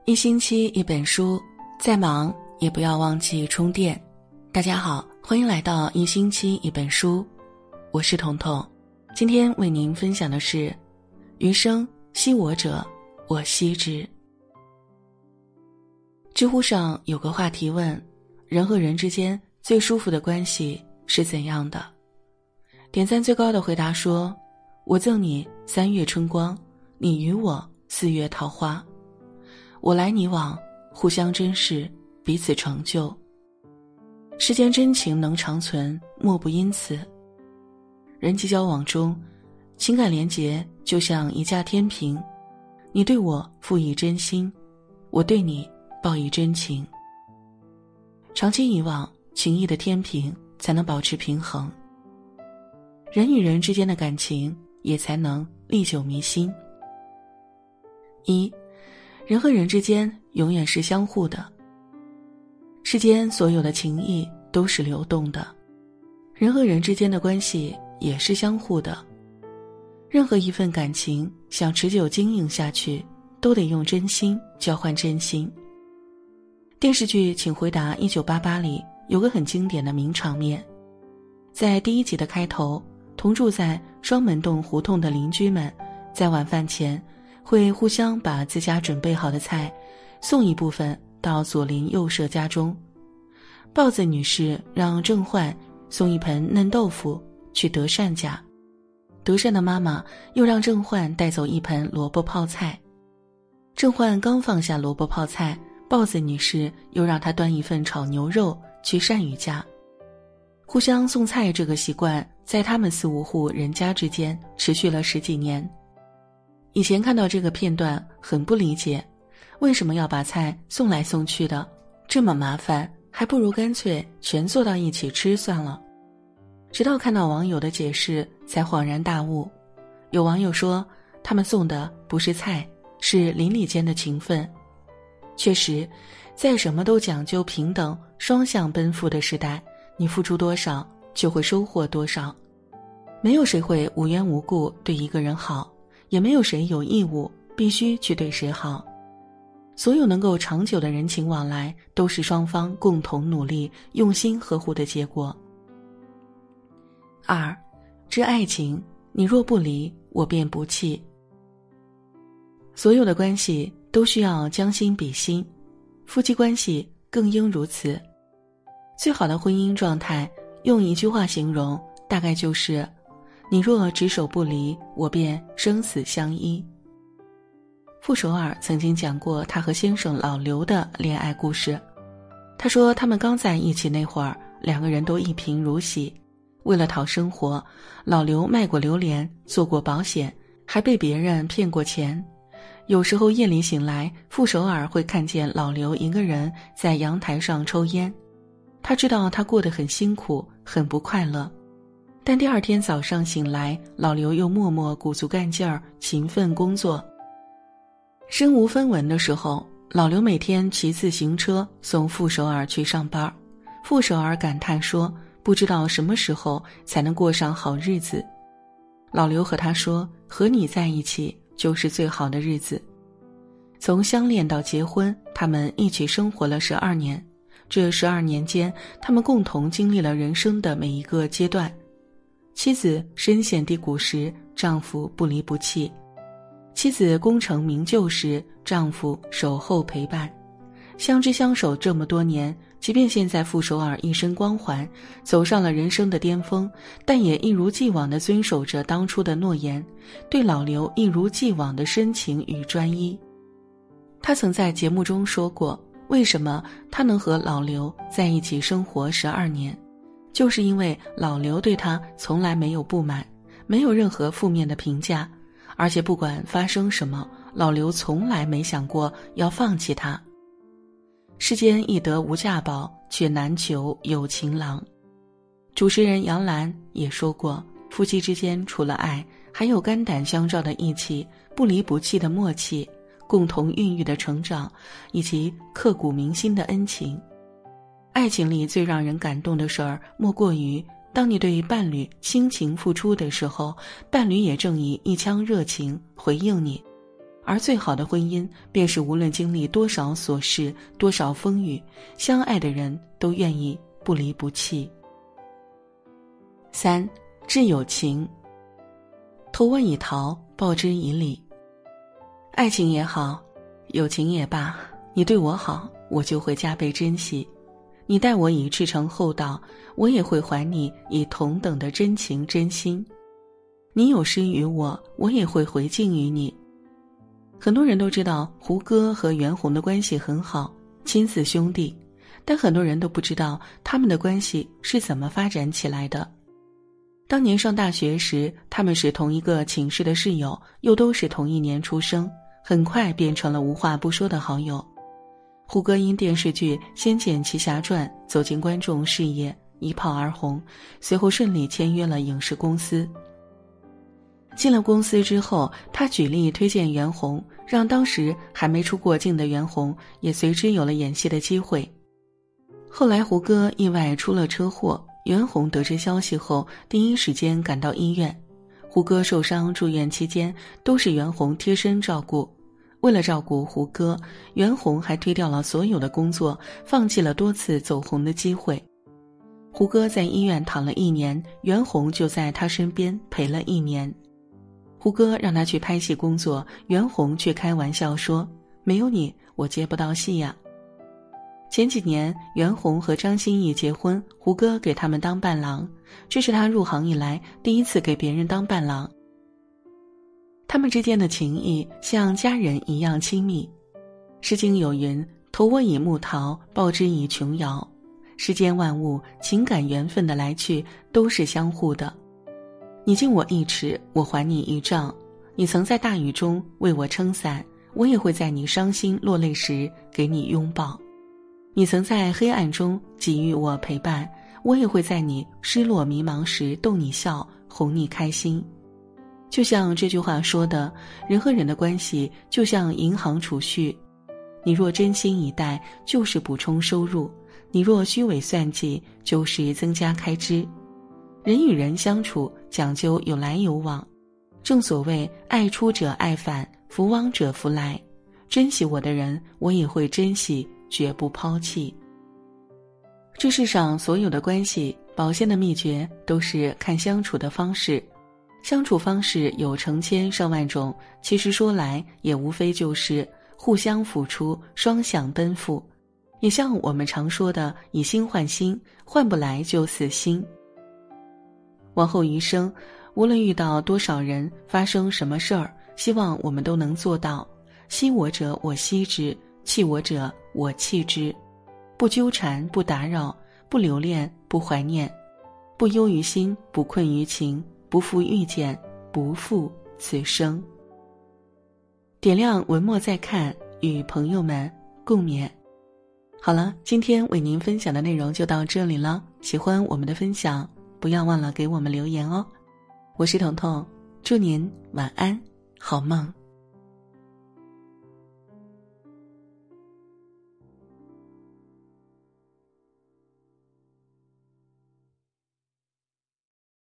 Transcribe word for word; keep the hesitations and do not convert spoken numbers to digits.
一星期一本书，再忙也不要忘记充电。大家好，欢迎来到一星期一本书，我是彤彤。今天为您分享的是余生惜我者，我惜之。知乎上有个话题问，人和人之间最舒服的关系是怎样的？点赞最高的回答说，我赠你三月春光，你与我四月桃花，我来你往，互相珍视，彼此成就。世间真情能长存，莫不因此。人际交往中，情感连结就像一架天平，你对我付以真心，我对你报以真情。长期以往，情谊的天平才能保持平衡，人与人之间的感情也才能历久弥新。一，人和人之间永远是相互的。世间所有的情谊都是流动的，人和人之间的关系也是相互的。任何一份感情想持久经营下去，都得用真心交换真心。电视剧《请回答一九八八》里有个很经典的名场面，在第一集的开头，同住在双门洞胡同的邻居们在晚饭前会互相把自家准备好的菜送一部分到左邻右舍家中。豹子女士让郑焕送一盆嫩豆腐去德善家，德善的妈妈又让郑焕带走一盆萝卜泡菜。郑焕刚放下萝卜泡菜，豹子女士又让他端一份炒牛肉去善宇家。互相送菜这个习惯在他们四五户人家之间持续了十几年。以前看到这个片段很不理解，为什么要把菜送来送去的，这么麻烦，还不如干脆全坐到一起吃算了。直到看到网友的解释才恍然大悟。有网友说，他们送的不是菜，是邻里间的情分。确实，在什么都讲究平等双向奔赴的时代，你付出多少就会收获多少。没有谁会无缘无故对一个人好，也没有谁有义务必须去对谁好。所有能够长久的人情往来，都是双方共同努力用心呵护的结果。二，知爱情，你若不离，我便不弃。所有的关系都需要将心比心，夫妻关系更应如此。最好的婚姻状态，用一句话形容，大概就是你若执手不离，我便生死相依。傅首尔曾经讲过他和先生老刘的恋爱故事。他说他们刚在一起那会儿，两个人都一贫如洗，为了讨生活，老刘卖过榴莲，做过保险，还被别人骗过钱。有时候夜里醒来，傅首尔会看见老刘一个人在阳台上抽烟，他知道他过得很辛苦，很不快乐。但第二天早上醒来，老刘又默默鼓足干劲儿，勤奋工作。身无分文的时候，老刘每天骑自行车送傅首尔去上班。傅首尔感叹说，不知道什么时候才能过上好日子。老刘和他说，和你在一起就是最好的日子。从相恋到结婚，他们一起生活了十二年。这十二年间，他们共同经历了人生的每一个阶段。妻子深陷低谷时，丈夫不离不弃；妻子功成名就时，丈夫守候陪伴。相知相守这么多年，即便现在傅首尔一身光环，走上了人生的巅峰，但也一如既往地遵守着当初的诺言，对老刘一如既往的深情与专一。他曾在节目中说过，为什么他能和老刘在一起生活十二年，就是因为老刘对他从来没有不满，没有任何负面的评价，而且不管发生什么，老刘从来没想过要放弃他。世间易得无价宝，却难求有情郎。主持人杨澜也说过，夫妻之间除了爱，还有肝胆相照的义气，不离不弃的默契，共同孕育的成长，以及刻骨铭心的恩情。爱情里最让人感动的事儿，莫过于当你对伴侣倾情付出的时候，伴侣也正以一腔热情回应你。 而最好的婚姻，便是无论经历多少琐事、多少风雨，相爱的人都愿意不离不弃。三，挚友情。投我以桃，报之以李。爱情也好，友情也罢，你对我好，我就会加倍珍惜；你待我以赤诚厚道，我也会还你以同等的真情真心。你有施于我，我也会回敬于你。很多人都知道胡歌和袁弘的关系很好，亲似兄弟，但很多人都不知道他们的关系是怎么发展起来的。当年上大学时，他们是同一个寝室的室友，又都是同一年出生，很快变成了无话不说的好友。胡歌因电视剧《仙剑奇侠传》走进观众视野，一炮而红，随后顺利签约了影视公司。进了公司之后，他举例推荐袁弘，让当时还没出过镜的袁弘也随之有了演戏的机会。后来胡歌意外出了车祸，袁弘得知消息后第一时间赶到医院。胡歌受伤住院期间都是袁弘贴身照顾，为了照顾胡歌，袁弘还推掉了所有的工作，放弃了多次走红的机会。胡歌在医院躺了一年，袁弘就在他身边陪了一年。胡歌让他去拍戏工作，袁弘却开玩笑说，没有你我接不到戏呀。前几年袁弘和张歆艺结婚，胡歌给他们当伴郎，这是他入行以来第一次给别人当伴郎。他们之间的情谊像家人一样亲密。诗经有云，投我以木桃，报之以琼瑶。世间万物情感缘分的来去都是相互的，你敬我一尺，我还你一丈。你曾在大雨中为我撑伞，我也会在你伤心落泪时给你拥抱。你曾在黑暗中给予我陪伴，我也会在你失落迷茫时逗你笑，哄你开心。就像这句话说的，人和人的关系就像银行储蓄，你若真心以待，就是补充收入；你若虚伪算计，就是增加开支。人与人相处讲究有来有往，正所谓爱出者爱返，福往者福来。珍惜我的人，我也会珍惜，绝不抛弃。这世上所有的关系，保鲜的秘诀都是看相处的方式。相处方式有成千上万种，其实说来也无非就是互相付出，双向奔赴。也像我们常说的以心换心，换不来就死心。往后余生，无论遇到多少人，发生什么事儿，希望我们都能做到惜我者我惜之，弃我者我弃之，不纠缠，不打扰，不留恋，不怀念，不忧于心，不困于情，不负遇见，不负此生。点亮文末再看，与朋友们共勉。好了，今天为您分享的内容就到这里了，喜欢我们的分享，不要忘了给我们留言哦。我是彤彤，祝您晚安，好梦。